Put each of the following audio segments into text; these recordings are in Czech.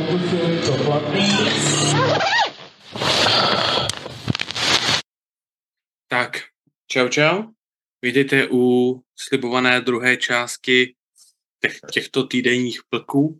Tak, čau. Vítejte u slibované druhé části těchto týdenních plků.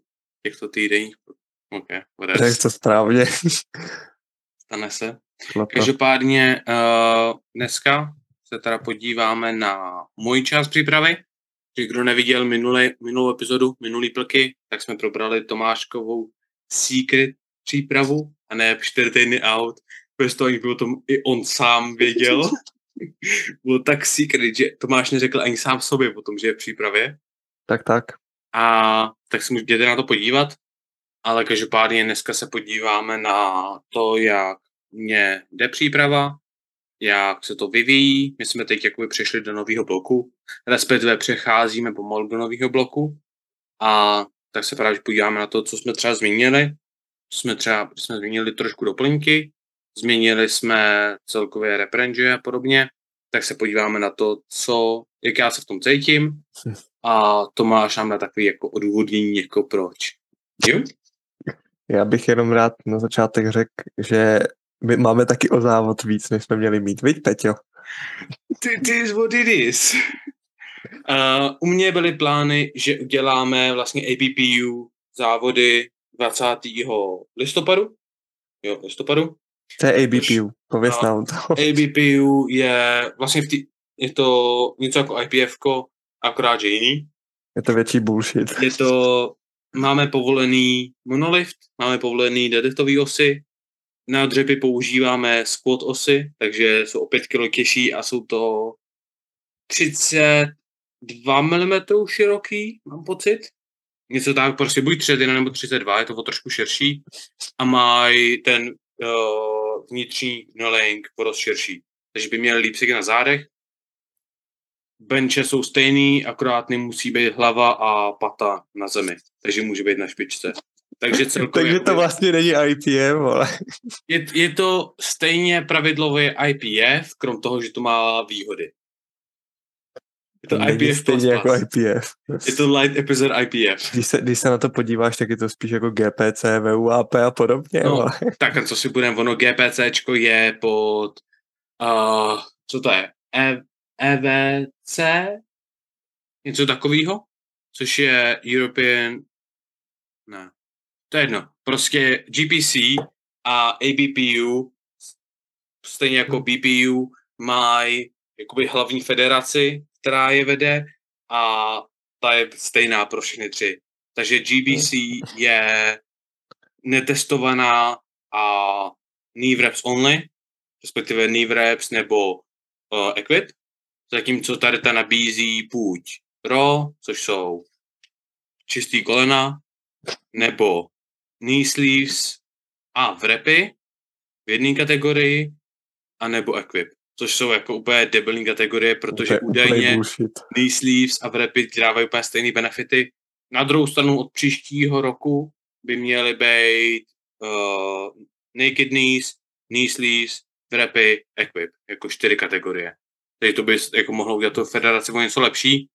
Řekl to správně. Stane se. Každopádně dneska se teda podíváme na moji část přípravy. Kdo neviděl minulou epizodu, minulý plky, tak jsme probrali Tomáškovou secret přípravu a ne 4 týdny out. Bez toho ani o tom i on sám věděl. Bylo tak secret, že Tomáš neřekl ani sám sobě o tom, že je v přípravě. Tak. A tak si můžete na to podívat. Ale každopádně dneska se podíváme na to, jak mě jde příprava, jak se to vyvíjí. My jsme teď jakoby přešli do nového bloku, respektive přecházíme pomalu do nového bloku. A tak se právě podíváme na to, co jsme třeba změnili. Jsme změnili trošku doplňky, změnili jsme celkově reprange a podobně. Tak se podíváme na to, jak já se v tom cítím. A Tomáš nám dá takový jako odůvodnění, jako proč. Jo? Já bych jenom rád na začátek řekl, že my máme taky o závod víc, než jsme měli mít. Viď, Peťo? It is what it is. U mě byly plány, že uděláme vlastně ABPU závody 20. listopadu. Jo, listopadu. To je ABPU, pověs nám to. ABPU je vlastně je to něco jako IPF-ko, akorát že jiný. Je to větší bullshit. Máme povolený monolift, máme povolený deadliftový osy, na dřepy používáme squat osy, takže jsou o 5 kg těžší a jsou to 32 mm široký, mám pocit. Něco tak, prostě buď 31 nebo 32, je to o trošku širší a mají ten vnitřní knurling porost širší. Takže by měli líp sedět na zádech. Benče jsou stejný, akorát nemusí být hlava a pata na zemi, takže může být na špičce. Takže takže to vlastně není IPF, ale... Je to stejně pravidlově IPF, krom toho, že to má výhody. Je to IPF stejně jako IPF. Je to light episode IPF. Když se na to podíváš, tak je to spíš jako GPC, VUAP a podobně. No, tak a co si budeme, ono GPCčko je pod, co to je, EVC, něco takového, což je European, ne, to je jedno, prostě GPC a ABPU, stejně jako BPU, mají jakoby hlavní federaci, která je vede a ta je stejná pro všechny tři. Takže GBC je netestovaná a knee reps only, respektive knee reps nebo equip, zatímco tady ta nabízí buď raw, což jsou čistý kolena, nebo knee sleeves a v repy v jedné kategorii, a nebo equip, což jsou jako úplně debilní kategorie, protože údajně knee sleeves a v repy dávají úplně stejné benefity. Na druhou stranu od příštího roku by měly být naked knees, knee sleeves, v repy, equip, jako 4 kategorie. Takže to by jako mohlo udělat to federaci o něco lepší.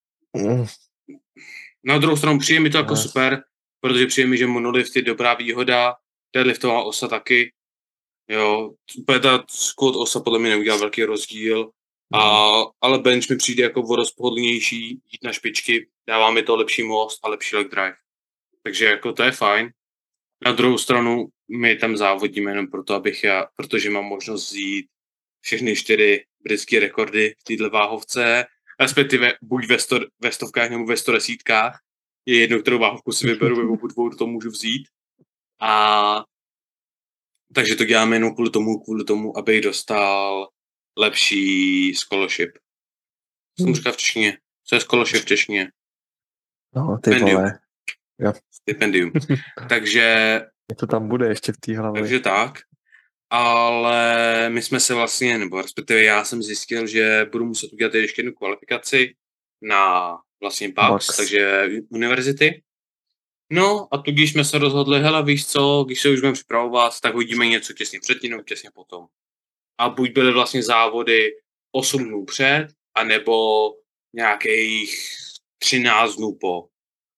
Na druhou stranu přijde mi to jako super, protože přijde mi, že monolift je dobrá výhoda, deadliftová osa taky. Jo, úplně ta squat osa podle mě neudělá velký rozdíl, ale bench mi přijde jako o dost pohodlnější jít na špičky, dává mi to lepší most a lepší leg drive. Takže jako to je fajn. Na druhou stranu my tam závodíme jenom protože mám možnost vzít všechny 4 britské rekordy v této váhovce, respektive buď ve stovkách nebo ve 110. Je jedno, kterou váhovku si vyberu, ve obou dvou to můžu vzít. A takže to děláme jenom kvůli tomu, abych dostal lepší scholarship. Jsem říkal v češtině. Co je scholarship v češtině? No, ty vole. Jo. Stipendium. Takže... To tam bude ještě v té hlavě. Takže tak. Ale my jsme se vlastně, nebo respektive já jsem zjistil, že budu muset udělat ještě jednu kvalifikaci na vlastně BAX, takže univerzity. No a tudíž jsme se rozhodli, hele víš co, když se už budeme připravovat, tak hodíme něco těsně předtím nebo těsně potom. A buď byly vlastně závody 8 dnů před, anebo nějakých 13 dnů po.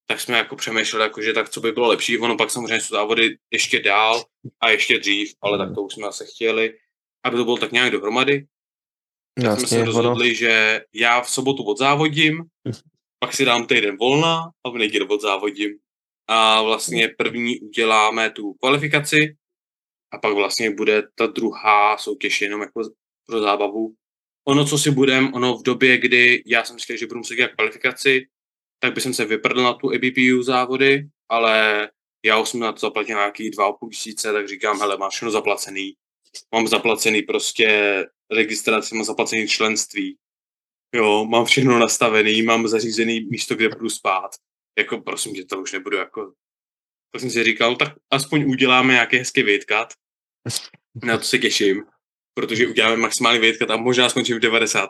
tak jsme jako přemýšleli, jakože tak co by bylo lepší. Ono pak samozřejmě jsou závody ještě dál a ještě dřív, ale tak to už jsme zase chtěli, aby to bylo tak nějak dohromady. Tak jsme se rozhodli, že já v sobotu odzávodím, pak si dám týden volna a v neděli odzávodím. A vlastně první uděláme tu kvalifikaci a pak vlastně bude ta druhá soutěž jenom jako pro zábavu. Ono, co si ono v době, kdy já jsem říkal, že budu muset dělat kvalifikaci, tak bych se vyprdl na tu EBPU závody, ale já už jsem na to zaplatil nějaký 2,5 tisíce, tak říkám, hele, mám všechno zaplacený. Mám zaplacený prostě registraci, mám zaplacený členství. Jo, mám všechno nastavený, mám zařízený místo, kde budu spát. Jako prosím tě, to už nebudu jako... Tak jsem si říkal, tak aspoň uděláme nějaký hezký weightcut. Na to se těším, protože uděláme maximální weightcut a možná skončím v 90.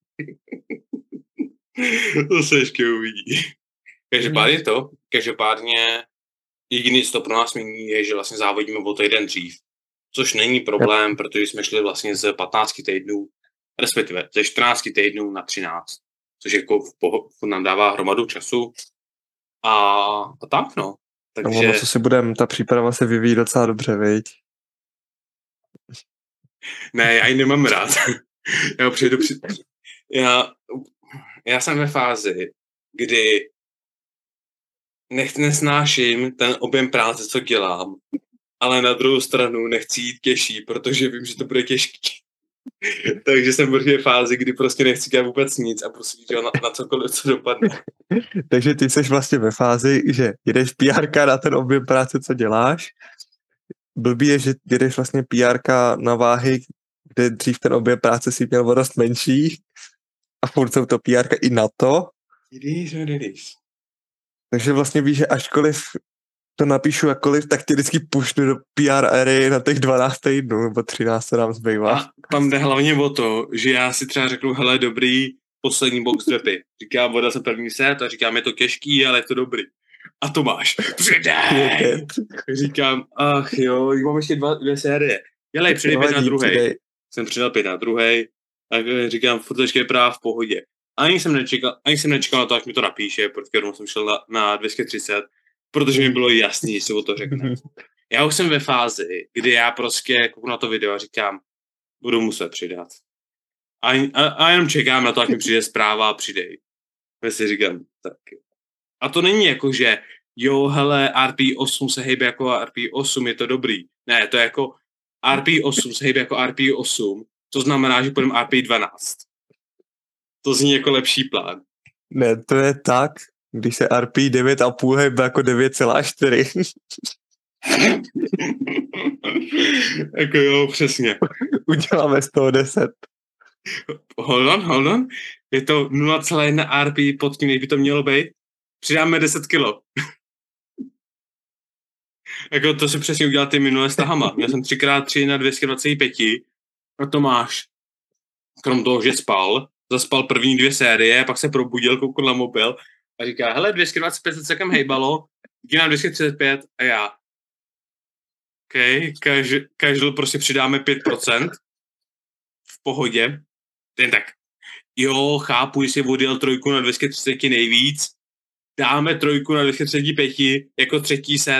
To se ještě uvidí. Každopádně jediný, co to pro nás mění, je, že vlastně závodíme o týden dřív. Což není problém, protože jsme šli vlastně z 15 týdnů, respektive ze 14 týdnů na 13. Což jako nám dává hromadu času. A tak no. Takže... Ono, co si budeme, ta příprava se vyvíjí docela dobře, viď? Ne, já ji nemám rád. Já jsem ve fázi, kdy nesnáším ten objem práce, co dělám, ale na druhou stranu nechci jít těžší, protože vím, že to bude těžký. Takže jsem v fázi, kdy prostě nechci dělat vůbec nic a prostě na cokoliv, co dopadne. Takže ty jsi vlastně ve fázi, že jedeš PR na ten objem práce, co děláš. Blbý je, že jedeš vlastně PR na váhy, kde dřív ten objem práce si měl dost menší a furt jsou to PR i na to. Jdeš. Takže vlastně víš, že ažkoliv to napíšu jakkoliv, tak tě vždycky pušnu do PR éry na těch 12 týdnů, nebo 13 se nám zbývá. A tam jde hlavně o to, že já si třeba řeknu, hele, dobrý, poslední box dropy. Říkám, voda se první set a říkám, je to těžký, ale je to dobrý. A to máš. Přidej! Říkám, ach jo, mám ještě dvě série. Jelej, přidej 5 na druhej. Jsem přidal 5 na druhej. A říkám, furt ještě je právě v pohodě. Ani jsem nečekal na to, až mi to napíše, protože jsem šel na 230, protože mi bylo jasný, že se o to řekne. Já už jsem ve fázi, kdy já prostě kouknu na to video a říkám, budu muset přidat. A jenom čekám na to, až mi přijde zpráva a přidej. Já si říkám, tak. A to není jako, že jo, hele, RP8 se hejbe jako RP8, je to dobrý. Ne, to je jako RP8 se hejbe jako RP8, to znamená, že půjdeme RP12. To zní jako lepší plán. Ne, to je tak, když se RP 9,5 hejbe jako 9,4. Jako jo, přesně. Uděláme z toho 10. Hold on. Je to 0,1 RP pod tím, než by to mělo být. Přidáme 10 kilo. Jako to si přesně udělal ty minulé s tahama. Měl jsem 3x3 na 225 a to máš. Krom toho, že zaspal první 2 série, pak se probudil, koukal na mobil a říká, hele, 225 se celkem hejbalo, jdi na 235 a já. OK, každý prostě přidáme 5%. V pohodě. Ten tak, jo, chápu, že jsi odjel 3 na 230 nejvíc, dáme 3 na 235 jako třetí set.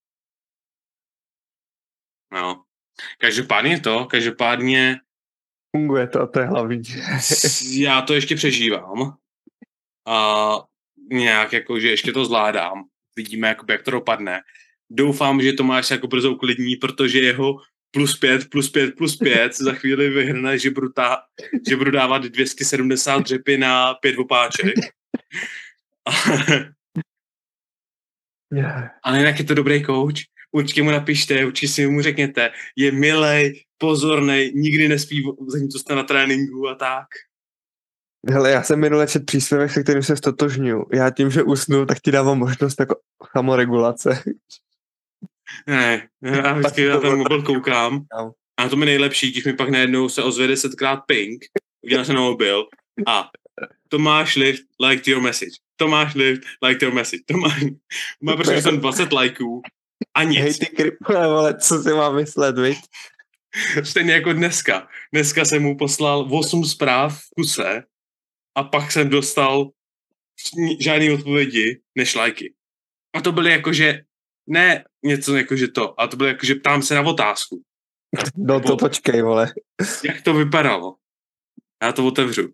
No. Každopádně funguje to a to je hlavní. Já to ještě přežívám. A nějak jako, že ještě to zvládám. Vidíme, jakoby, jak to dopadne. Doufám, že Tomáš se jako brzo uklidní, protože jeho +5 za chvíli vyhrne, že budu dávat 270 dřepy na 5 opáček. Ale jinak je to dobrý coach. Určitě mu napište, určitě si mu řekněte, je milej, pozornej, nikdy nespí, zatímco jste na tréninku a tak. Hele, já jsem minule čet příspěvek, se kterým se stotožňuji. Já tím, že usnu, tak ti dávám možnost jako samoregulace. Ne, já vždycky na ten mobil koukám a to mi nejlepší, když mi pak najednou se ozve 10krát ping, udělám se na mobil a Tomáš lift, like your message. Tomáš lift, like your message. Má prostě jsem 20 lajků a nic. Hej ty kripole, vole, co si mám myslet, viď? Stejně jako dneska. Dneska jsem mu poslal 8 zpráv v kuse a pak jsem dostal žádný odpovědi než lajky. A to byly jakože, ne něco jakože to, a to bylo jakože ptám se na otázku. No to počkej, vole. Jak to vypadalo? Já to otevřu.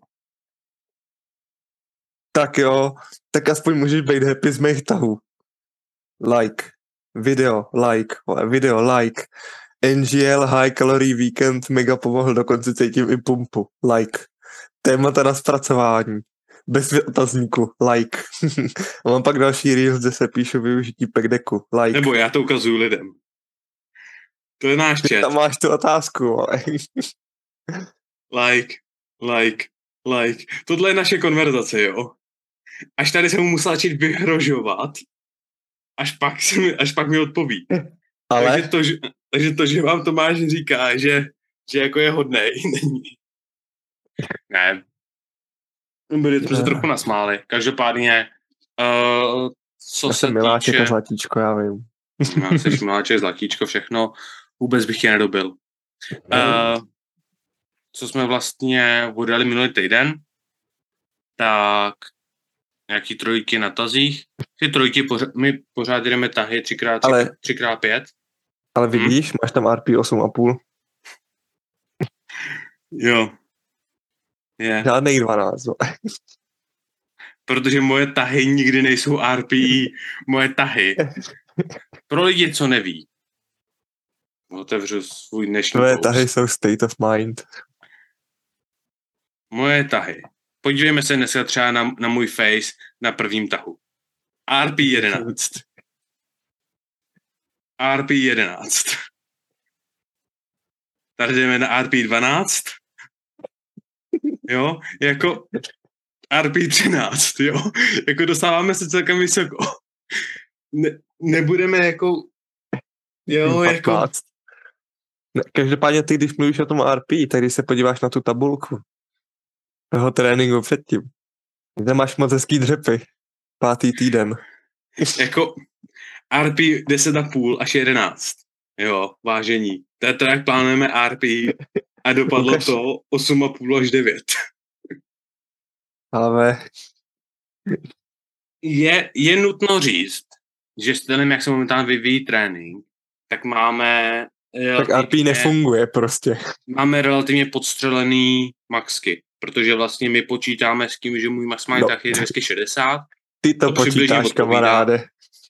Tak jo, tak aspoň můžeš být happy z mých tahů. Like. Video, like. NGL High Calorie Weekend mega pomohl, dokonce cítím i pumpu. Like. Témata na zpracování. Bez otazníku. Like. A mám pak další reels, kde se píšu využití packdecku. Like. Nebo já to ukazuju lidem. To je náš chat. Tam máš tu otázku, ale. Like. Tohle je naše konverzace, jo. Až tady jsem mu musel začít vyhrožovat, až pak mi odpoví. Ale? Takže to, že vám Tomáš říká, že jako je hodnej, není. Ne. Jsme se trochu nasmáli. Každopádně, co já se jsem miláček týče... a zlatíčko, já vím. Já jsi miláček, zlatíčko, všechno. Vůbec bych je nedobil. Co jsme vlastně vodili minulý týden, tak nějaký trojky na tazích. Ty trojky, my pořád jdeme tahy 3x5. Ale vidíš, máš tam RP 8,5. Jo. Je. Žádnej 12. Protože moje tahy nikdy nejsou RPI. Moje tahy. Pro lidi, co neví. Otevřu svůj dnešní Tvoje post. tahy jsou state of mind. Moje tahy. Podívejme se dneska třeba na můj face na prvním tahu. RP11. RP11. Tady jdeme na RP12. Jo, jako RP13, jo. Jako dostáváme se celkem vysoko. Nebudeme jako... Jo, jako... Každopádně ty, když mluvíš o tom RP, tak když se podíváš na tu tabulku toho tréninku předtím, kde máš moc hezký dřepy. 5. týden. Jako RP 10,5 až 11. Jo, vážení. To je to, jak plánujeme RP a dopadlo to 8,5 až 9. Ale... Je nutno říct, že stylem, jak se momentálně vyvíjí trénink, tak máme... Tak RP nefunguje prostě. Máme relativně podstřelený maxky, protože vlastně my počítáme s tím, že můj maximální tah je 260. Ty to počítáš, kamaráde.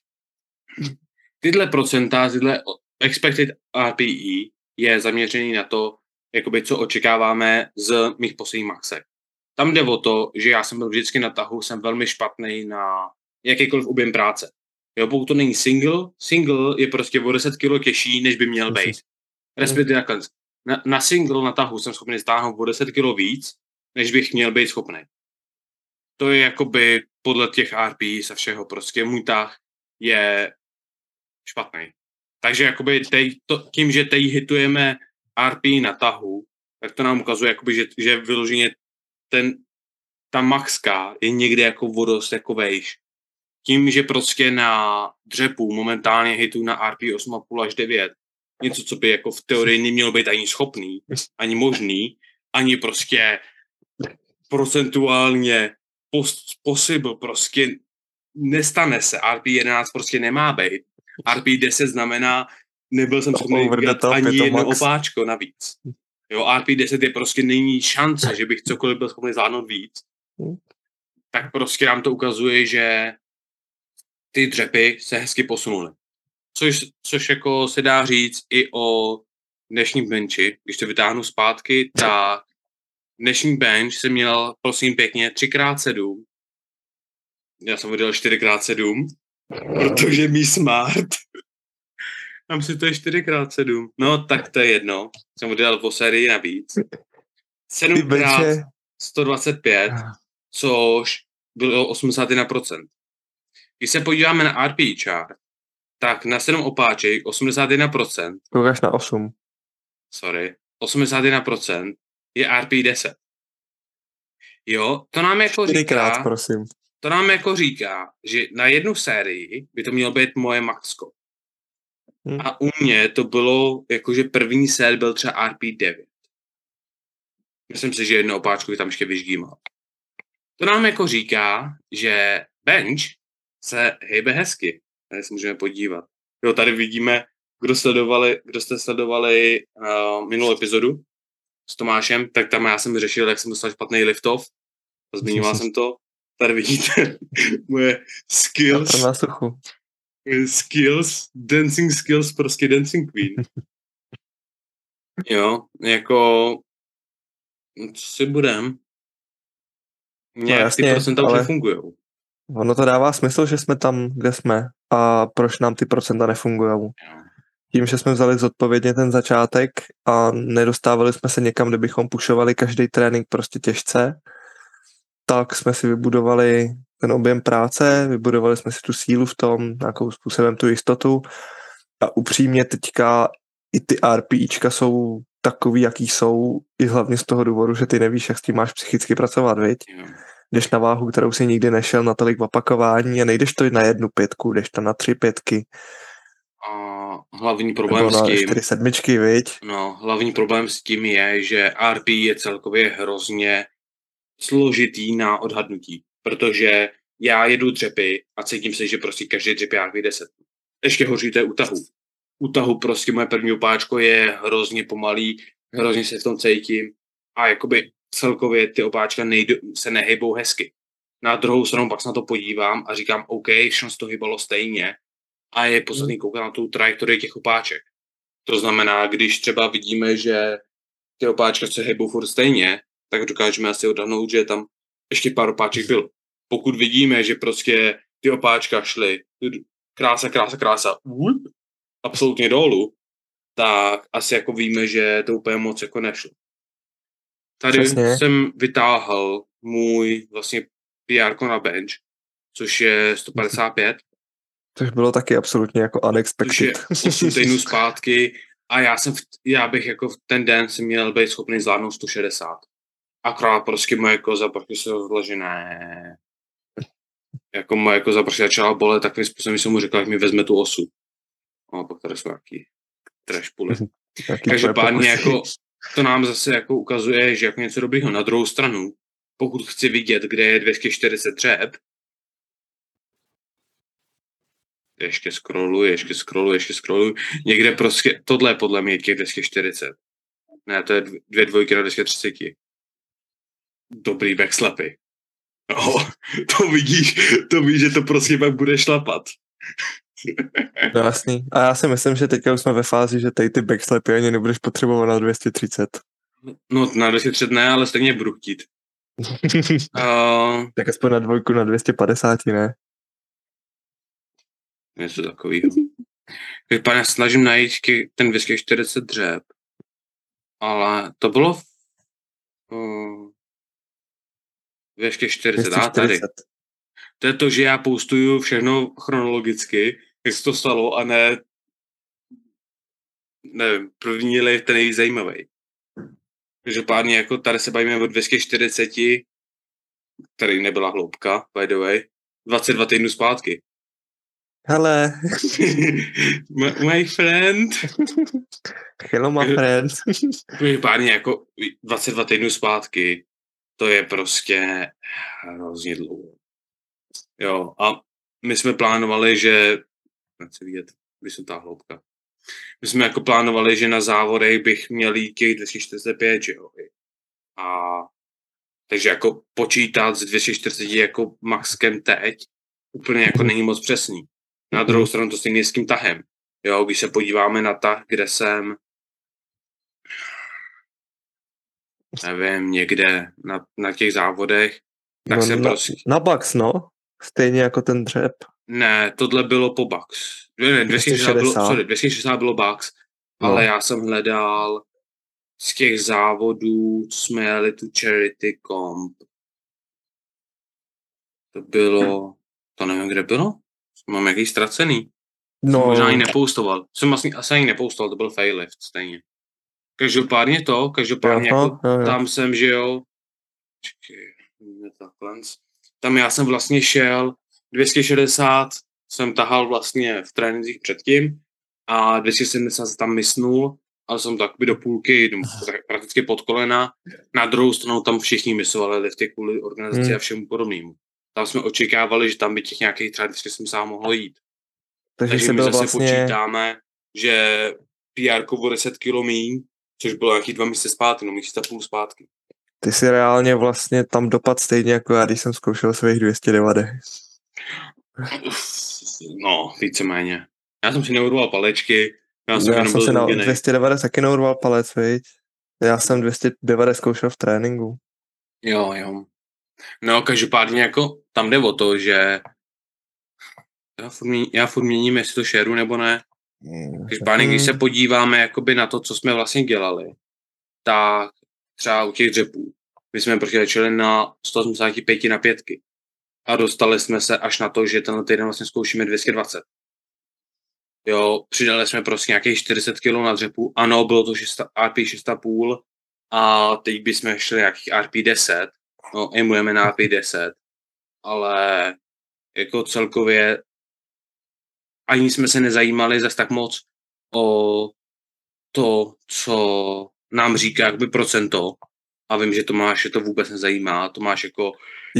Tyhle procenta, tyhle expected RPE je zaměřený na to, jakoby, co očekáváme z mých posledních maxek. Tam jde o to, že já jsem byl vždycky na tahu, jsem velmi špatný na jakýkoliv objem práce. Jo, pokud to není single je prostě o 10 kg těžší, než by měl být. Respektive na single na tahu jsem schopný stáhnout o 10 kg víc, než bych měl být schopný. To je jakoby podle těch RPs a všeho prostě můj tah je špatný. Takže jakoby tím, že teď hitujeme RP na tahu, tak to nám ukazuje, jakoby, že vyloženě ta maxka je někde jako vodost jako vejš. Tím, že prostě na dřepu momentálně hitu na RP 8,5 až 9, něco, co by jako v teorii nemělo být ani schopný, ani možný, ani prostě procentuálně possible, prostě nestane se. RP 11 prostě nemá být. RP 10 znamená, nebyl jsem schopný dělat ani jedno opáčko navíc. Jo, RP 10 je prostě není šance, že bych cokoliv byl schopný zvládnout víc. Tak prostě nám to ukazuje, že ty dřepy se hezky posunuly. Což jako se dá říct i o dnešním benchi. Když to vytáhnu zpátky, tak dnešní bench jsem měl, prosím pěkně, 3x7. Já jsem udělal 4x7, protože mi smart. Tam si to je 4x7. No, tak to je jedno. Jsem udělal po sérii navíc. 7x125, což bylo 81%. Když se podíváme na RP chart, tak na 7 opáček 81%. Koukáš na 8. Sorry. 81% je RP 10. Jo, to nám jako říká... prosím. To nám jako říká, že na jednu sérii by to mělo být moje maxko. A u mě to bylo, jakože první set byl třeba RP 9. Myslím si, že jedno opáčku tam ještě vyždímal. To nám jako říká, že bench se hejbe hezky. Tady se můžeme podívat. Jo, tady vidíme, kdo jste sledovali minulou epizodu s Tomášem, tak tam já jsem řešil, jak jsem dostal špatný lift-off. Zmiňoval jsem to. Tady vidíte moje skills. Na suchu. Dancing skills, prostě dancing queen. Jo, jako co si budem? Nějak ty procenta už nefungujou. Ono to dává smysl, že jsme tam, kde jsme a proč nám ty procenta nefungujou. Tím, že jsme vzali zodpovědně ten začátek a nedostávali jsme se někam, kde bychom pušovali každý trénink prostě těžce, tak jsme si vybudovali ten objem práce, vybudovali jsme si tu sílu v tom, nějakou způsobem tu jistotu a upřímně teďka i ty RPIčka jsou takový, jaký jsou, i hlavně z toho důvodu, že ty nevíš, jak s tím máš psychicky pracovat, viď? Jdeš na váhu, kterou si nikdy nešel na tolik opakování a nejdeš to na 1 pětku, jdeš to na 3 pětky. A hlavní problém s tím... 4 sedmičky, viď? No, hlavní problém s tím je, že RP je celkově hrozně složitý na odhadnutí, protože já jedu dřepy a cítím se, že prostě každý dřep já vyjde 10. Ještě horší to je u tahu. U tahu prostě moje první opáčko je hrozně pomalý, hrozně se v tom cítím a jakoby celkově ty opáčka se nehybou hezky. Na druhou stranu pak se na to podívám a říkám, OK, všechno se to hýbalo stejně a je podstatný koukat na tu trajektorii těch opáček. To znamená, když třeba vidíme, že ty opáčka se hýbou furt stejně, tak dokážeme asi odhadnout, že tam ještě pár opáček bylo. Pokud vidíme, že prostě ty opáčka šly krása, absolutně dolů, tak asi jako víme, že to úplně moc jako nešlo. Tady jsem vytáhl můj vlastně PR na bench, což je 155. Což bylo taky absolutně jako unexpected. Což je 8 týdnů zpátky a já bych jako v ten den si měl být schopný zvládnout 160. Akorát prostě moje koza prostě se rozhodla, že ne. Jako moje koza prostě začala bolet takovým způsobem, že jsem mu řekl, že mi vezme tu osu. A pak tady jsou nějaký trash puly. Každopádně jako to nám zase jako ukazuje, že jako něco dobrýho. Na druhou stranu, pokud chci vidět, kde je 240 dřep, ještě scrolluj. Někde prostě, tohle je podle mě těch 240. Ne, to je 2 dvojky na 230. Dobrý backslapy. Oh, to víš, že to prostě pak bude šlapat. No jasný. A já si myslím, že teďka už jsme ve fázi, že tady ty backslapy ani nebudeš potřebovat na 230. No na 230 ne, ale stejně budu chtít. Tak aspoň na 2 na 250, ne? Něco takového. Pane, snažím najít ten 240 dřep, ale to bylo 240, tady. To je to, že já postuju všechno chronologicky, jak se to stalo, a nevím, první live ten nejvíc zajímavý. Každopádně jako tady se bavíme o 240, který nebyla hloubka, by the way, 22 týdnů zpátky. Hele. My friend. Hello, my friend. Každopádně jako 22 týdnů zpátky, to je prostě hrozně dlouho. Jo, a my jsme plánovali, že nechci vidět, když jsem ta hloubka. My jsme jako plánovali, že na závodech bych měl jít těch 245, jo. A takže jako počítat z 240 jako maxkem teď úplně jako není moc přesný. Na druhou stranu to stejně s tím tahem. Jo, když se podíváme na tah, kde jsem nevím, někde na těch závodech, tak no, jsem prostě... Na Bax, no. Stejně jako ten dřep. Ne, tohle bylo po Bax. Ne, 260 bylo Bax, no. Ale já jsem hledal z těch závodů, jsme jeli tu charity comp. To bylo, to nevím, kde bylo. Mám jaký ztracený. No. Jsem možná ani nepoustoval. Jsem asi ani nepoustoval, to byl fail lift stejně. Každopádně jako tam jsem, že jo. Čekaj, takhle. Tam já jsem vlastně šel 260, jsem tahal vlastně v trénincích předtím a 270 tam mysnul ale jsem tak do půlky, prakticky pod kolena. Na druhou stranu tam všichni mysovali lifty kvůli organizaci a všemu podobnému. Tam jsme očekávali, že tam by těch nějakých třeba 270 mohlo jít. Takže my zase počítáme, že PR o 10 kg míň, což bylo nějaký 2 měsíce zpátky, no měsíc a půl zpátky. Ty si reálně vlastně tam dopad stejně jako já, když jsem zkoušel svých 290. No, víceméně. Já jsem si neurval palečky, já jsem si na 290 taky neurval palec, viď? Já jsem 290 zkoušel v tréninku. Jo. No, každopádně jako tam jde o to, že já furt měním, jestli to šeru nebo ne. Každopádně, když se podíváme jakoby na to, co jsme vlastně dělali, tak třeba u těch dřepů, my jsme prostě začali na 185 na 5 a dostali jsme se až na to, že tenhle týden vlastně zkoušíme 220. Jo, přidali jsme prostě nějakých 40 kg na dřepu, ano, bylo to RP 6,5 a teď bychom šli nějakých RP 10, no, aimujeme na RP 10, ale jako celkově ani jsme se nezajímali zas tak moc o to, co nám říká jakoby procento, a vím, že Tomáše to vůbec nezajímá, Tomáš jako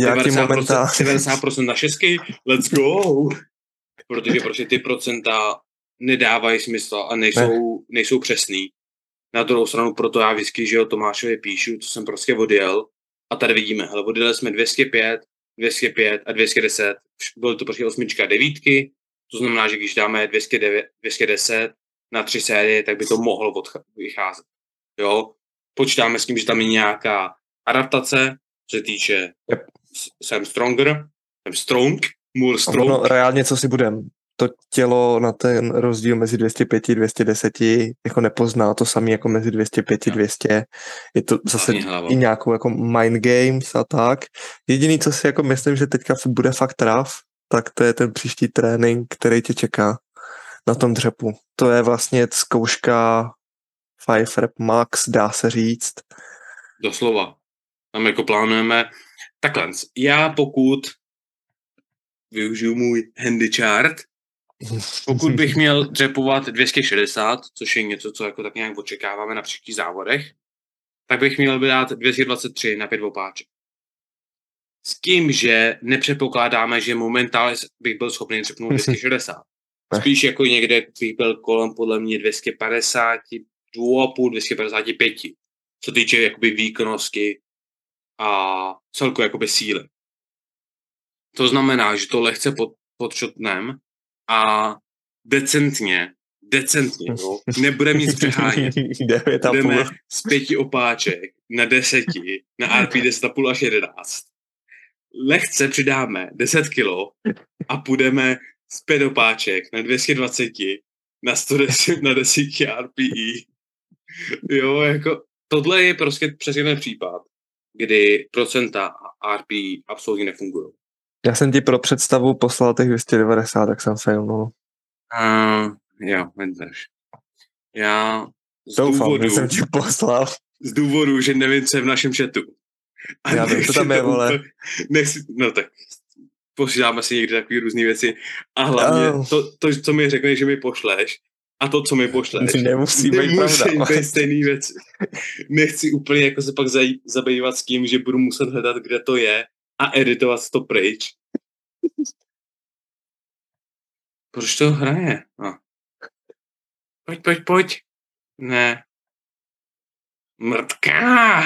90% na šestky, let's go! Protože prostě ty procenta nedávají smysl a nejsou přesný. Na druhou stranu proto já vždycky, že jo, Tomášovi píšu, co jsem prostě odjel, a tady vidíme, hele, odjeli jsme 205 a 210, bylo to prostě 8 devítky, to znamená, že když dáme 210 na 3 série, tak by to mohlo vycházet. Jo? Počítáme s tím, že tam je nějaká adaptace, co se týče jsem strong, more strong. No, reálně, co si budem, to tělo na ten rozdíl mezi 205 a 210 jako nepozná, to samé jako mezi 205 a 200. Je to zase i nějakou jako mind games a tak. Jediný, co si jako myslím, že teďka bude fakt rough, tak to je ten příští trénink, který tě čeká na tom dřepu. To je vlastně zkouška 5 rep max, dá se říct. Doslova. Tam jako plánujeme takhle. Já pokud využiju můj handy chart, pokud bych měl dřepovat 260, což je něco, co jako tak nějak očekáváme na příštích závodech, tak bych měl dát 223 na 5 opáček. S tím, že nepředpokládáme, že momentálně bych byl schopný dřepnout 260. Spíš jako někde bych byl kolem podle mě 250, 2,5, 255, co týče jakoby výkonnosti a celkově jakoby síly. To znamená, že to lehce podšotnem a decentně, jo, nebudeme nic přehánět. Jdeme z 5 opáček na 10, na RP 10,5 až 11. Lehce přidáme 10 kilo a půjdeme z 5 opáček na 220, na 110, na 10 RPI. Jo, jako tohle je prostě přesně ten případ, kdy procenta a RPI absolutně nefungují. Já jsem ti pro představu poslal těch 290, tak jsem failnul. Jo, vydrž. Já doufám, že jsem ti poslal. Z důvodu, že nevím, co je v našem chatu. A já vím, co tam je, vole. No tak, posíláme si někdy takové různé věci. A hlavně to, co mi řekneš, že mi pošleš, a to, co mi pošleš, nemusí být pravda. Být stejný věci. Nechci úplně jako se pak zabývat s tím, že budu muset hledat, kde to je a editovat to pryč. Proč to hraje? No. Pojď. Ne. Mrtká!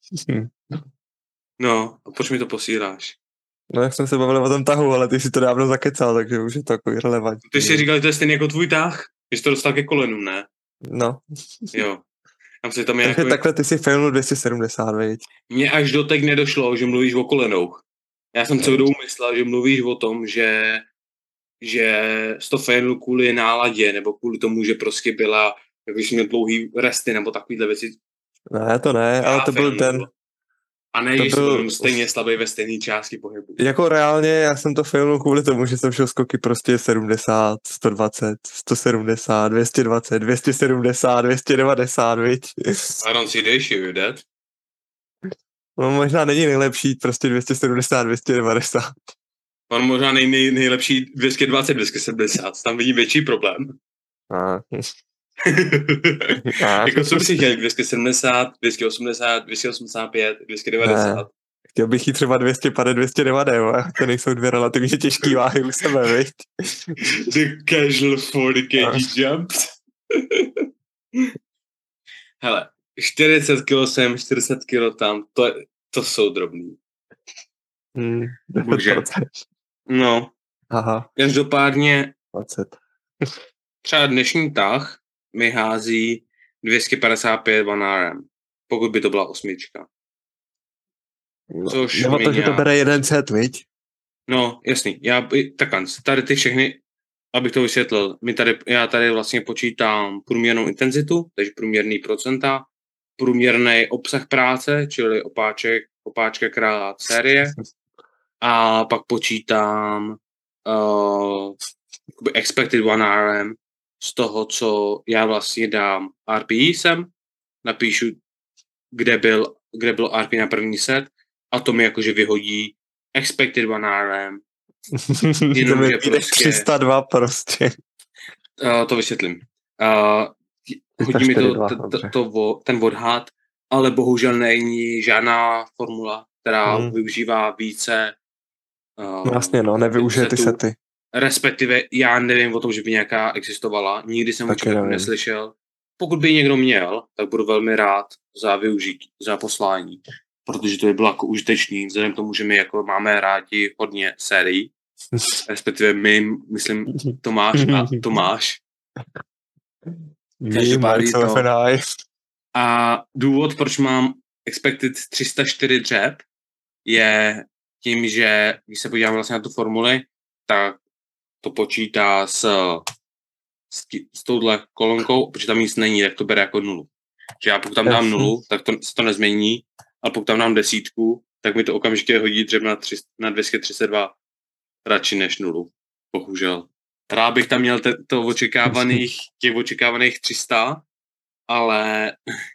No, a proč mi to posíláš? No, jak jsem se bavil o tom tahu, ale ty si to dávno zakecal, takže už je to jako irrelevantní. Ty jsi říkal, že to je stejný jako tvůj tah? Že jsi to dostal ke kolenům, ne? No. Jo. Tam je takže jako... takhle ty si failnul 270, veď? Mně až doteď nedošlo, že mluvíš o kolenou. Já jsem celou dobu myslel, že mluvíš o tom, že jsi to failnul kvůli náladě, nebo kvůli tomu, že prostě byla, jak jsi měl dlouhý resty, nebo takovýhle věci. Ne, to ne, ale to byl ten... A ne, že byl stejně slabý ve stejné části pohybu. Jako reálně já jsem to failnul kvůli tomu, že jsem šel skoky prostě 70, 120, 170, 220, 270, 290, viď? I don't see the issue with that. No možná není nejlepší prostě 270, 290. On možná nejlepší 220, 270, tam vidím větší problém. Jako co bys chtěl? 270, 280, 285, 290? Ne. Chtěl bych jít třeba 250, 290, to nejsou dvě relativně těžký váhy u sebe, viď? The casual 40 kg jumps. Hele, 40 kg sem, 40 kg tam, to jsou drobný. Bože. 10%. No. Aha. Každopádně 20. třeba dnešní tah mi hází 255 1RM, pokud by to byla osmička. No, Což nebo to, že to bere jeden set, viď? No, jasný. Tady ty všechny, abych to vysvětlil, já tady vlastně počítám průměrnou intenzitu, takže průměrný procenta, průměrný obsah práce, čili opáčka krát série, a pak počítám expected 1RM z toho, co já vlastně dám RPI sem, napíšu, kde byl RPI na první set, a to mi jakože vyhodí expected 1RM. Jenom, že prostě 302 prostě. To vysvětlím. Hodí mi ten odhad, ale bohužel není žádná formula, která využívá více. Vlastně nevyužije ty sety. Respektive já nevím o tom, že by nějaká existovala. Nikdy jsem určitě neslyšel. Pokud by někdo měl, tak budu velmi rád za využití, za poslání, protože to by bylo jako užitečný, vzhledem k tomu, že my jako máme rádi hodně sérií, respektive my, myslím, Tomáš. Každopádně to. A důvod, proč mám expected 304 dřep, je tím, že když se podíváme vlastně na tu formuli, tak to počítá s touhle kolonkou, protože tam nic není, tak to bere jako nulu. Že já pokud tam dám nulu, tak se to nezmění, a pokud tam dám desítku, tak mi to okamžitě hodí dřep na 232 radši než nulu. Bohužel. Rád bych tam měl těch očekávaných 300, ale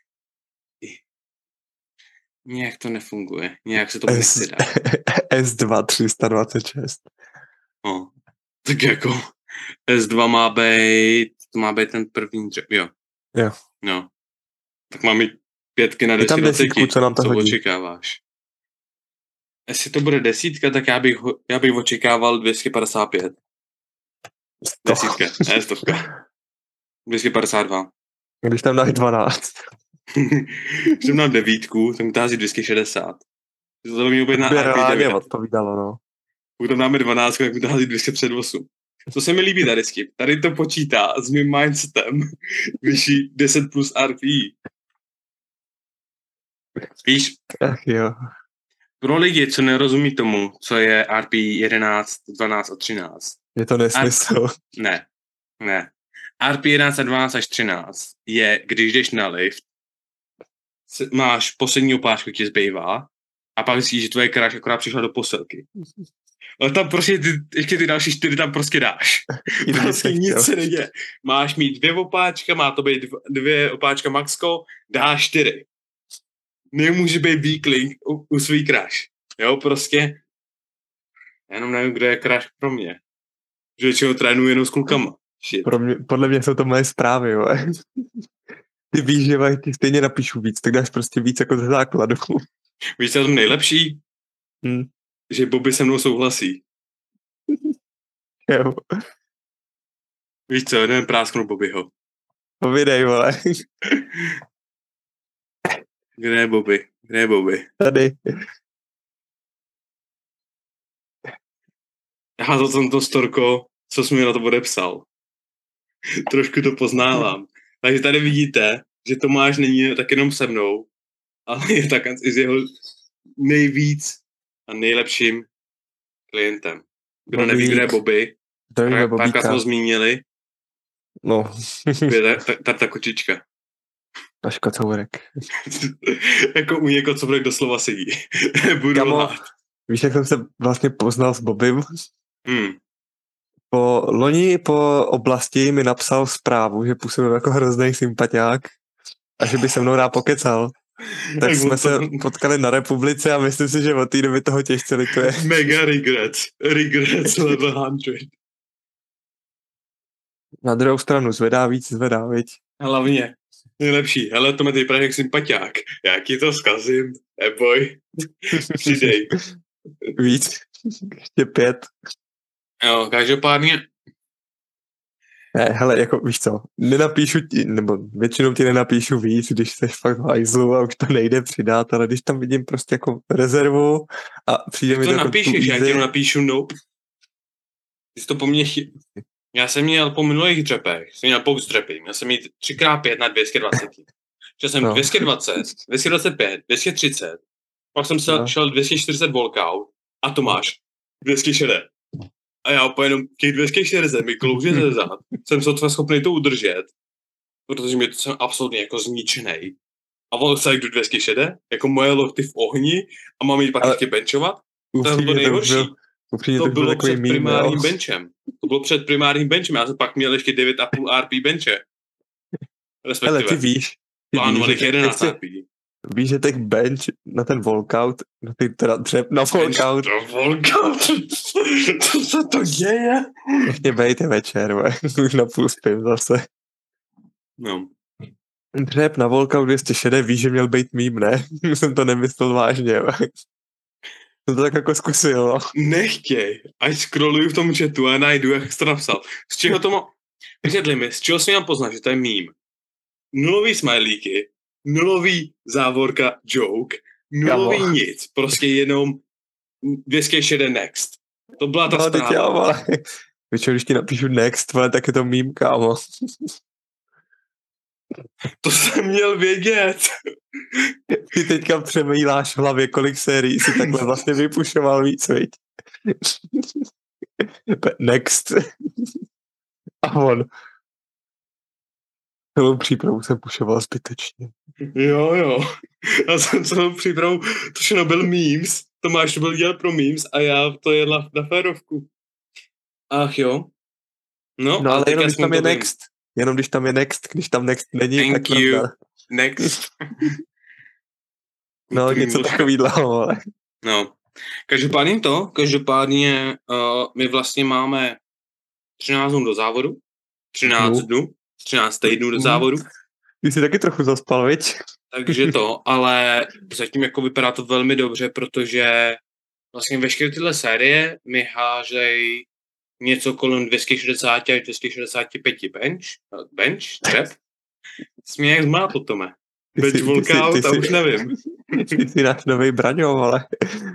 nějak to nefunguje. Nějak se to nechce dát. S2 326. No, tak jako S2 má být ten první dřep, jo. No. Tak mám mít 5 na 220, co nám to hodí? Očekáváš? Jestli to bude desítka, tak já bych očekával 255. Desítka, ne 100. 252. Když tam dáš 12. Když tam dám 9, tak mi to hází 260. To by mělo být na RP9. Odpovídalo, no. Pokud tam dáme 12, tak mi to hází 238. Co se mi líbí tady, Skip? Tady to počítá s mým mindsetem vyšší 10 plus RPI. Víš? Ach jo. Pro lidi, co nerozumí tomu, co je RPI 11, 12 a 13. Je to nesmysl. Ne. RPI 11 a 12 až 13 je, když jdeš na lift, máš poslední opáčku, ti zbývá, a pak zjistíš, že tvoje kráš akorát přišla do posilky. Ale tam prostě ještě ty další 4 tam prostě dáš. Prostě nic se neděje. Máš mít 2 opáčka, má to být 2 opáčka maxko, dáš 4. Nemůže být weakling u svý crash. Jo, prostě. Já jenom nevím, kdo je crash pro mě. Že většinou trénuji jenom s klukama. Podle mě jsou to moje zprávy, jo. Ty víš, že ti stejně napíšu víc, tak dáš prostě víc jako ze základu. Víš, co je to nejlepší? Že Bobby se mnou souhlasí. Jo. Víš co, jdeme prásknout Bobbyho. Povídej, vole. Kde je Bobby? Tady. Já jsem to storko, co jsi mi na to odepsal. Trošku to poznávám. Takže tady vidíte, že Tomáš není tak jenom se mnou, ale je tak i s jeho nejvíc a nejlepším klientem. Kdo neví, kde je Bobby, párkrát jsme ho zmínili. No. Je ta kočička. Až kocourek. Jako u někoho, co doslova sedí. Budu lhát. Víš, jak jsem se vlastně poznal s Bobbym? Loni po oblasti mi napsal zprávu, že působil jako hrozný sympatiák a že by se mnou rád pokecal. Tak jsme se potkali na Republice a myslím si, že od té doby toho těžce lituje. Mega regrets level 100. Na druhou stranu zvedá víc, viď? Hlavně. Nejlepší. Hele, to mi teď právě jak sympatiák. Já ti to zkazím. Eboj. Přidej. Víc. Ještě 5. Jo, každopádně. Ne, hele, jako víš co, nenapíšu ti, nebo většinou ti nenapíšu víc, když jsi fakt v hajzlu a už to nejde přidat, ale když tam vidím prostě jako rezervu a přijde mi to to jako napíšeš, já ti napíšu nope. Ty jsi to po mně Já jsem měl po minulých dřepech, jsem měl box dřepy, měl jsem mít 3x5 na 220. Šel jsem 220, 225, 230, pak jsem šel 240 walkout a to máš 260. A já úplně jenom těch 240 mi klouže ze zad. Jsem sotva schopný to udržet, protože mě to jsem absolutně jako zničenej. A on se jdu 260, jako moje lohty v ohni a mám jít pak ještě benchovat. To bylo nejhorší. To bylo před primárním benchem. To bylo před primárním benchem. Já jsem pak měl ještě 9,5 RP benche. Respektive. Ale ty víš. Plánovaných 11 RP. Víš, že těch bench na ten walkout, na ty teda dřep na walkout. Na walkout? Co se to děje? Ještě bejte večer, už na půl spím zase. No. Dřep na walkout 260, víš, že měl být mím, ne? Jsem to nemyslel vážně. Jsem to tak jako zkusil, no. Nechtěj, ať scrolluju v tom chatu a najdu, jak jsi to napsal. Z čeho to Vysvětli mi, z čeho jsi měl poznat, že to je mím? Nulový smajlíky, nulový závorka joke, nulový nic, prostě jenom 260 next. To byla ta zpráva. Víš, když ti napíšu next, tak je to mím, kámo. To jsem měl vědět. Ty teďka přemýláš v hlavě, kolik sérií si takhle vlastně vypušoval víc, viď? Next. A on. Celou přípravu jsem pušoval zbytečně. Jo. Já jsem celou přípravu, to všechno byl memes, Tomáš to byl dělat pro memes a já to jedla na férovku. Ach jo. No ale jenom když tam je next. Jenom když tam je next, když tam next není, thank tak you. Next. No, něco takovýhle, ale. No. Každopádně my vlastně máme 13 dnů do závodu, 13 týdnů do závodu. Ty jsi taky trochu zaspal, viď? Takže to, ale zatím jako vypadá to velmi dobře, protože vlastně veškeré tyhle série mi hážej něco kolem 260 až 265 bench, dřep. Smě jak zmátl, Tome. Bench walkout a už nevím. Ty jsi náš novej Braňo, ale.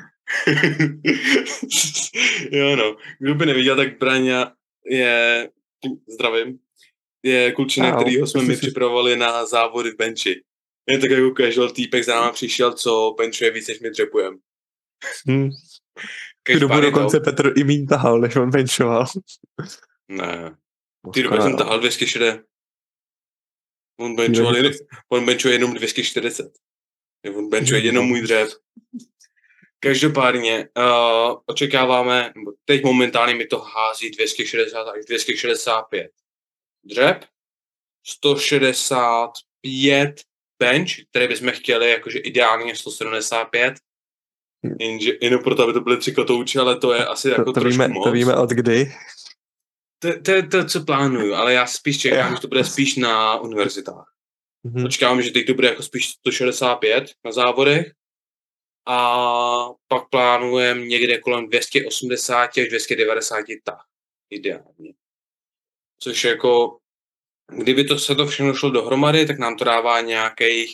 Jo no, kdo by neviděl, tak Braňa je, zdravím, je klučina, kterýho jsme mi připravovali na závody v benchi. Je tak jako casual týpek za náma přišel, co benchuje víc, než my dřepujeme. Ty dobu dokonce Petr i míň tahal, než on benchoval. Ne. Ty dobu jsem tahal 260. On benchuje jenom 240. On benchuje jenom můj dřep. Každopádně očekáváme, teď momentálně mi to hází 260 až 265 dřep, 165 bench, které bychom chtěli, jakože ideálně 175, jenže jenom proto, aby to byly 3 kotouči, ale to je asi jako trošku moc. To víme od kdy? To je to, co plánuju, ale já spíš čekám, že to bude spíš na univerzitách. Očekávám, že teď to bude jako spíš 165 na závodech a pak plánujeme někde kolem 280 až 290 tah. Ideálně. Což jako, kdyby se to všechno šlo dohromady, tak nám to dává nějakých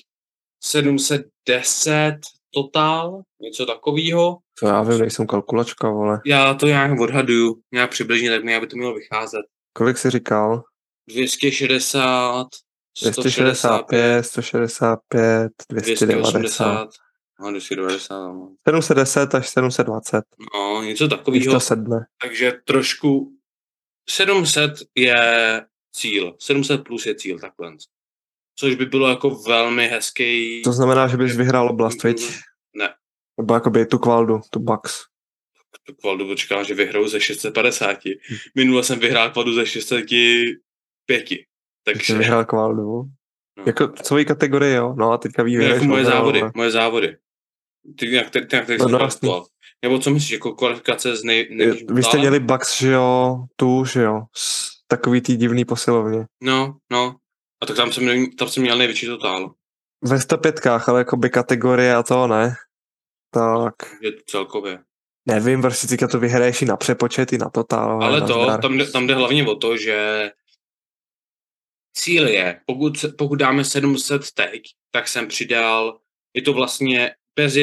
710 totál, něco takového. To já vím, nejsem kalkulačka, vole. Já to nějak odhaduju, nějak přibližně, tak mi, aby to mělo vycházet. Kolik jsi říkal? 260, 265, 165, 290. No, 290. 710 až 720. No, něco takového. Takže trošku 700 je cíl. 700 plus je cíl, takhle. Což by bylo jako velmi hezký. To znamená, že bys vyhrál oblast, viď? Ne. Nebo jakoby tu kvaldu, tu box. Tu kvaldu počkám, že vyhraju ze 650. Minule jsem vyhrál kvaldu ze 605. Takže... Jsi vyhrál kvaldu. No. Jako svojí kategorie, jo? No a teďka vyhrál. Jako moje závody. Ty nějak no, nebo co myslíš, jako kvalifikace z nejvyšším Vy jste měli box, že jo? Tu, že jo? Takový ty divný posilovně. No. A tak tam jsem měl největší totál. Ve 105, ale jakoby kategorie a to ne. Tak Je to celkově. nevím, prostě teďka to vyhraješ i na přepočet, i na totál. Ale nazdar. tam jde hlavně o to, že cíl je, pokud dáme 700 teď, tak jsem přidal, je to vlastně bez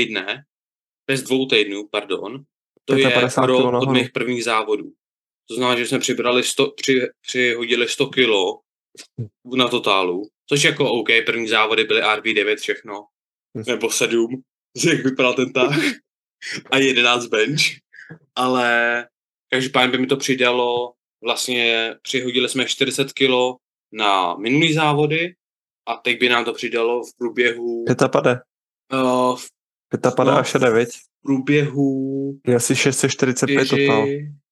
2 týdnů, pardon, to je 55 rok kilo od nahoru. mých prvních závodů. To znamená, že jsme přihodili 100 kilo na totálu, což jako OK, první závody byly RB9 všechno, nebo 7, jak vypadal ten tah, a 11 bench, ale každopádně by mi to přidalo, vlastně přihodili jsme 40 kilo na minulý závody a teď by nám to přidalo v průběhu... Pětapada až 9. V průběhu... Je asi 645 totál.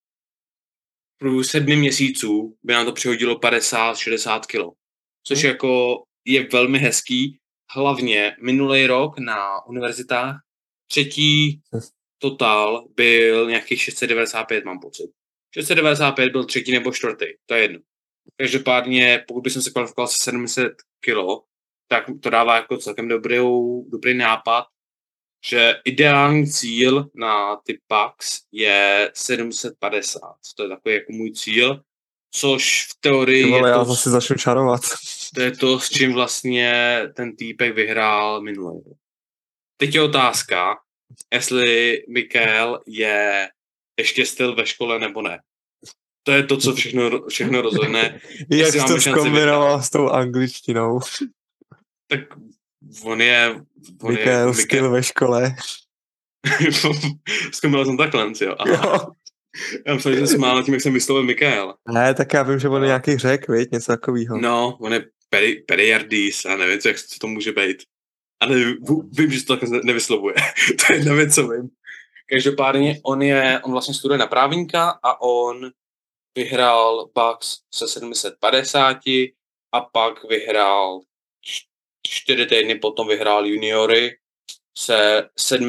V průběhu 7 měsíců by nám to přihodilo 50-60 kilo. Což jako je velmi hezký. Hlavně minulý rok na univerzitách třetí totál byl nějakých 695, mám pocit. 695 byl třetí nebo čtvrtý, to je jedno. Každopádně, pokud bych se kvalifikoval se 700 kilo, tak to dává jako celkem dobrý nápad, že ideální cíl na ty PAX je 750. To je takový jako můj cíl, což v teorii je to... Já zase začnu čarovat. To je to, s čím vlastně ten týpek vyhrál minulý. Teď je otázka, jestli Mikael je ještě styl ve škole nebo ne. To je to, co všechno rozhodne. Jak jsi to zkombinoval s tou angličtinou? Tak on je Mikael styl ve škole. Zkombinoval jsem takhle, jo. Já myslím, že jsem tím, jak jsem vyslovil Mikael. Ne, tak já vím, že on je nějaký Řek, viď? Něco takového. No, on je Periardis a nevím, co to může být. A vím, že to tak nevyslovuje. To je jedna věc, co vím. Každopádně on vlastně studuje na právníka a on vyhrál PAX se 750 a pak vyhrál 4 týdny potom vyhrál juniory se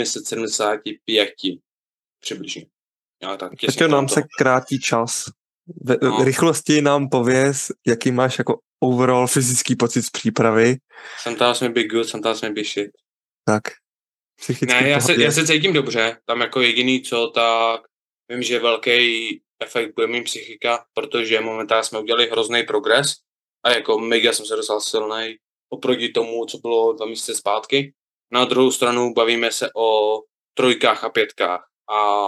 775 přibližně. Teď nám se krátí čas. V rychlosti nám pověz, jaký máš jako overall fyzický pocit z přípravy. Sometimes may be good, sometimes may be shit. Tak. Ne, já se cítím dobře. Tam jako jediný co, tak vím, že velký efekt bude mít psychika, protože momentálně jsme udělali hrozný progres a jako mega jsem se dostal silnej oproti tomu, co bylo 2 měsíce zpátky. Na druhou stranu bavíme se o 3 a 5 a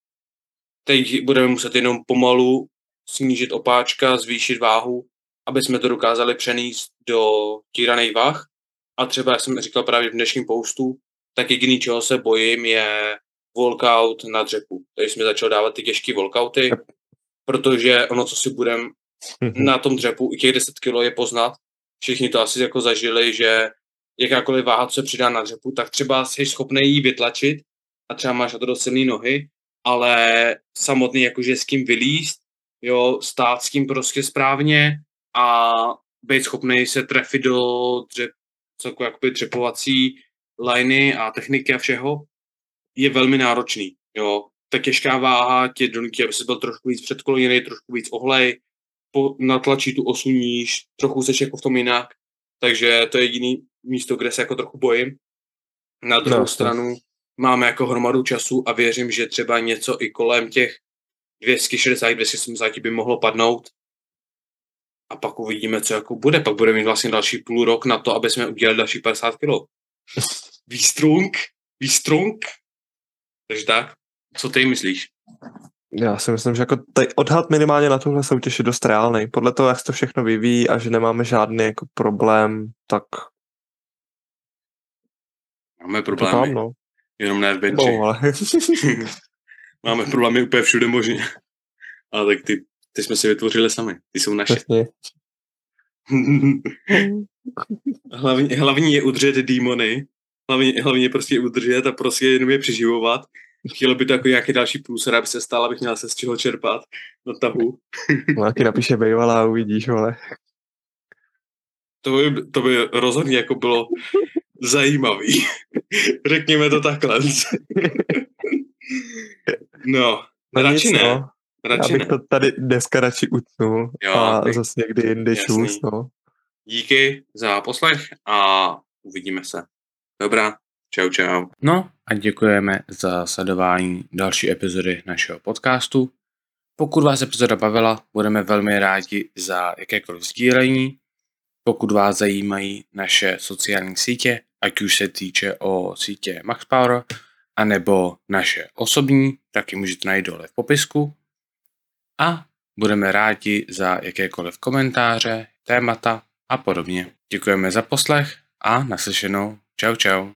teď budeme muset jenom pomalu snížit opáčka, zvýšit váhu, aby jsme to dokázali přenést do tíraných vah. A třeba, jak jsem říkal právě v dnešním postu, tak jediný, čeho se bojím, je walkout na dřepu. Takže jsme začali dávat ty těžké walkouty, protože ono, co si budeme na tom dřepu, i těch 10 kilo je poznat. Všichni to asi jako zažili, že jakákoliv váha, co se přidá na dřepu, tak třeba jsi schopný ji vytlačit a třeba máš na to dost silný nohy, ale samotný jakože s kým vylízt, jo, stát s tím prostě správně a být schopný se trefit do dřepovací liney a techniky a všeho, je velmi náročný. Jo. Ta těžká váha tě donutí, aby se byl trošku víc předkloněný, trošku víc ohlej, natlačí tu osu níž, trochu seš jako v tom jinak, takže to je jediný místo, kde se jako trochu bojím. Na druhou stranu máme jako hromadu času a věřím, že třeba něco i kolem těch 260-270 by mohlo padnout a pak uvidíme, co jako bude. Pak budeme mít vlastně další půl rok na to, aby jsme udělali další 50 kilo. Výstrung. Takže tak, co ty myslíš? Já si myslím, že jako odhad minimálně na tuhle soutěž je dost reálnej. Podle toho, jak se to všechno vyvíjí a že nemáme žádný jako problém, tak... Máme problémy. No. Jenom ne v benči. Máme problémy úplně všude možně. Ale tak ty jsme si vytvořili sami. Ty jsou naše. hlavní je udržet démony. Hlavně prostě udržet a prostě jenom je přeživovat. Chtělo by to jako nějaký další průser, aby se stál, abych měl se z čeho čerpat na tahu. No, ti napíše bejvalá a uvidíš, vole. To by rozhodně jako bylo zajímavý. Řekněme to takhle. No, radši nic, ne. No. Já bych to tady dneska radši utnul a zase někdy jindy čus, no. díky za poslech a uvidíme se. Dobrá, čau. No a děkujeme za sledování další epizody našeho podcastu. Pokud vás epizoda bavila, budeme velmi rádi za jakékoliv sdílení. Pokud vás zajímají naše sociální sítě, ať už se týče o sítě MaxPower, anebo naše osobní, tak ji můžete najít dole v popisku. A budeme rádi za jakékoliv komentáře, témata a podobně. Děkujeme za poslech a naslyšenou. Čau.